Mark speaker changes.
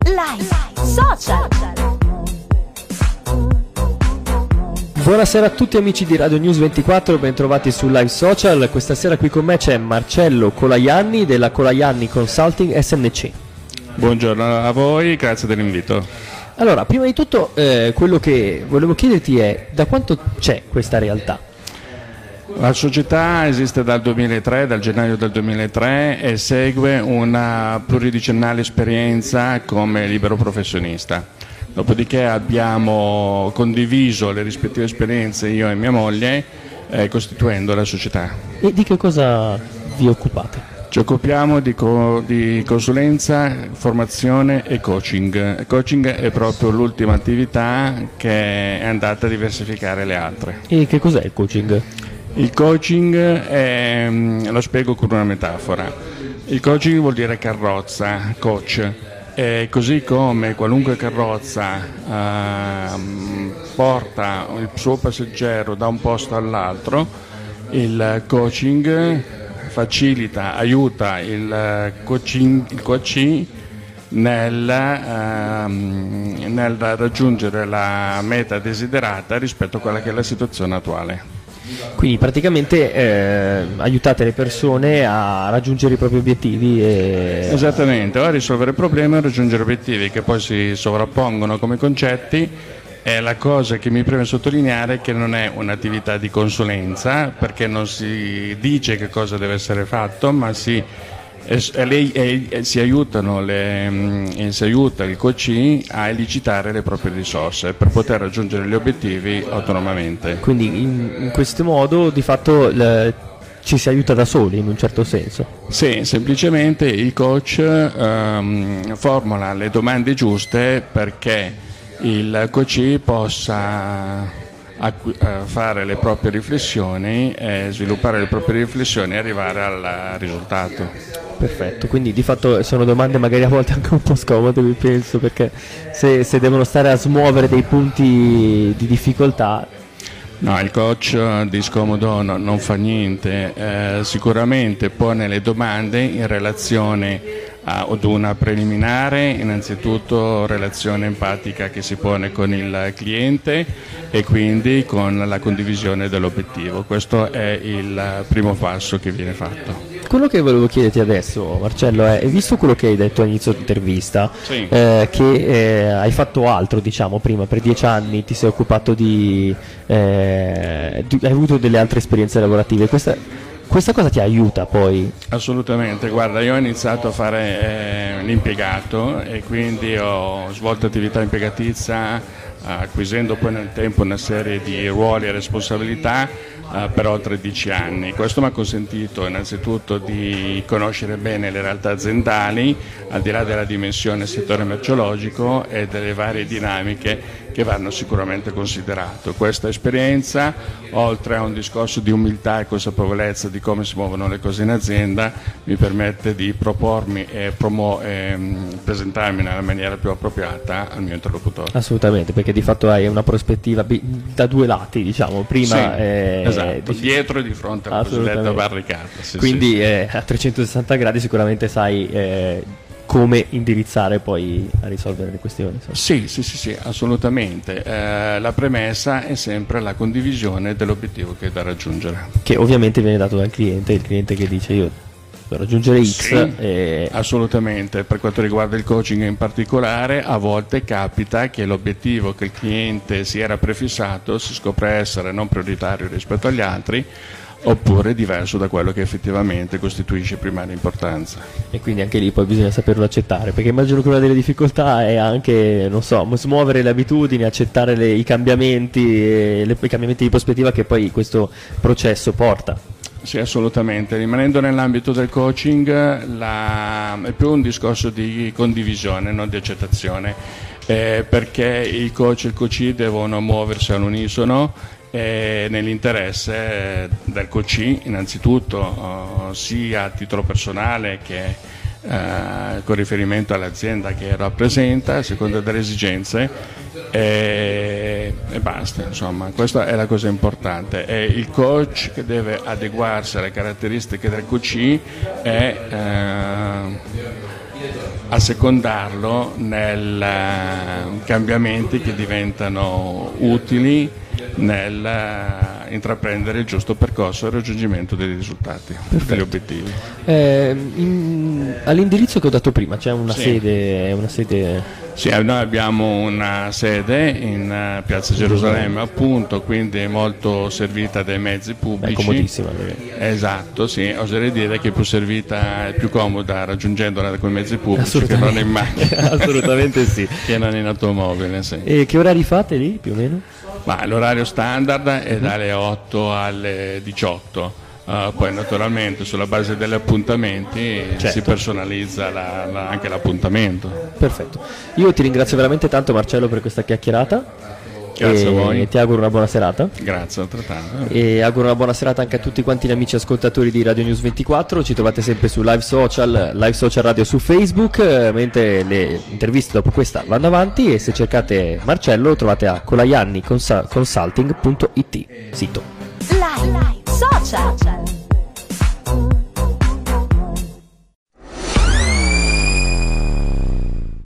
Speaker 1: Live Social.
Speaker 2: Buonasera a tutti amici di Radio News 24, bentrovati su Live Social. Questa sera qui con me c'è Marcello Colaianni della Colaianni Consulting SNC.
Speaker 3: Buongiorno a voi, grazie dell'invito.
Speaker 2: Allora, prima di tutto quello che volevo chiederti è da quanto c'è questa realtà?
Speaker 3: La società esiste dal 2003, dal gennaio del 2003 e segue una pluridecennale esperienza come libero professionista. Dopodiché abbiamo condiviso le rispettive esperienze io e mia moglie costituendo la società.
Speaker 2: E di che cosa vi occupate?
Speaker 3: Ci occupiamo di consulenza, formazione e coaching. Coaching è proprio l'ultima attività che è andata a diversificare le altre.
Speaker 2: E che cos'è il coaching?
Speaker 3: Il coaching lo spiego con una metafora. Il coaching vuol dire carrozza, coach. E così come qualunque carrozza porta il suo passeggero da un posto all'altro, il coaching facilita, aiuta il coachee nel raggiungere la meta desiderata rispetto a quella che è la situazione attuale.
Speaker 2: Quindi praticamente aiutate le persone a raggiungere i propri obiettivi
Speaker 3: Esattamente, o a risolvere problemi o a raggiungere obiettivi che poi si sovrappongono come concetti. E la cosa che mi preme sottolineare è che non è un'attività di consulenza, perché non si dice che cosa deve essere fatto, ma si aiuta il coachee a elicitare le proprie risorse per poter raggiungere gli obiettivi autonomamente.
Speaker 2: Quindi in questo modo di fatto ci si aiuta da soli in un certo senso.
Speaker 3: Sì, semplicemente il coach formula le domande giuste perché il coachee possa fare le proprie riflessioni, sviluppare le proprie riflessioni e arrivare al risultato.
Speaker 2: Perfetto, quindi di fatto sono domande magari a volte anche un po' scomode, mi penso, perché se devono stare a smuovere dei punti di difficoltà.
Speaker 3: No, il coach di scomodo non fa niente, sicuramente pone le domande in relazione ad una preliminare, innanzitutto relazione empatica che si pone con il cliente e quindi con la condivisione dell'obiettivo. Questo è il primo passo che viene fatto.
Speaker 2: Quello che volevo chiederti adesso, Marcello, è visto quello che hai detto all'inizio dell'intervista,
Speaker 3: sì.
Speaker 2: Che hai fatto altro, diciamo, prima, per 10 anni ti sei occupato hai avuto delle altre esperienze lavorative, questa cosa ti aiuta poi?
Speaker 3: Assolutamente, guarda, io ho iniziato a fare l'impiegato e quindi ho svolto attività impiegatizia acquisendo poi nel tempo una serie di ruoli e responsabilità per oltre 10 anni. Questo mi ha consentito innanzitutto di conoscere bene le realtà aziendali, al di là della dimensione del settore merceologico e delle varie dinamiche che vanno sicuramente considerato. Questa esperienza, oltre a un discorso di umiltà e consapevolezza di come si muovono le cose in azienda, mi permette di propormi e presentarmi nella maniera più appropriata al mio interlocutore.
Speaker 2: Assolutamente, perché di fatto hai una prospettiva da due lati, diciamo, prima
Speaker 3: sì, esatto, dietro e di fronte alla cosiddetta barricata. Sì,
Speaker 2: quindi
Speaker 3: sì.
Speaker 2: A 360 gradi sicuramente sai come indirizzare poi a risolvere le questioni.
Speaker 3: Sì, assolutamente. La premessa è sempre la condivisione dell'obiettivo che è da raggiungere.
Speaker 2: Che ovviamente viene dato dal cliente, il cliente che dice io per raggiungere X.
Speaker 3: Sì, assolutamente. Per quanto riguarda il coaching in particolare, a volte capita che l'obiettivo che il cliente si era prefissato si scopre essere non prioritario rispetto agli altri, oppure diverso da quello che effettivamente costituisce primaria importanza.
Speaker 2: E quindi anche lì poi bisogna saperlo accettare, perché immagino che una delle difficoltà è anche, non so, smuovere le abitudini, accettare i cambiamenti di prospettiva che poi questo processo porta.
Speaker 3: Sì, assolutamente. Rimanendo nell'ambito del coaching, è più un discorso di condivisione, non di accettazione, perché il coach e il coachee devono muoversi all'unisono nell'interesse del coachee innanzitutto, sia a titolo personale che con riferimento all'azienda che rappresenta, a seconda delle esigenze, e basta, insomma, questa è la cosa importante. È il coach che deve adeguarsi alle caratteristiche del coachee assecondarlo nei cambiamenti che diventano utili nel intraprendere il giusto percorso al raggiungimento dei risultati, degli obiettivi.
Speaker 2: All'indirizzo che ho dato prima c'è una
Speaker 3: Sì.
Speaker 2: sede.
Speaker 3: Sì, noi abbiamo una sede in Piazza Gerusalemme, appunto, quindi molto servita dai mezzi pubblici.
Speaker 2: È comodissima.
Speaker 3: Esatto, sì, oserei dire che è più servita e più comoda raggiungendola con i mezzi pubblici che non in macchina.
Speaker 2: Assolutamente sì.
Speaker 3: Che non in automobile, sì.
Speaker 2: E che orari fate lì più o meno?
Speaker 3: Ma l'orario standard è dalle 8 alle 18. Poi naturalmente sulla base degli appuntamenti
Speaker 2: Certo.
Speaker 3: si personalizza anche l'appuntamento.
Speaker 2: Perfetto. Io ti ringrazio veramente tanto, Marcello, per questa chiacchierata.
Speaker 3: Grazie a voi.
Speaker 2: E ti auguro una buona serata.
Speaker 3: Grazie altrettanto.
Speaker 2: E auguro una buona serata anche a tutti quanti gli amici ascoltatori di Radio News 24. Ci trovate sempre su Live Social Radio su Facebook, mentre le interviste dopo questa vanno avanti, e se cercate Marcello lo trovate a colaianniconsulting.it sito.
Speaker 1: Live Social.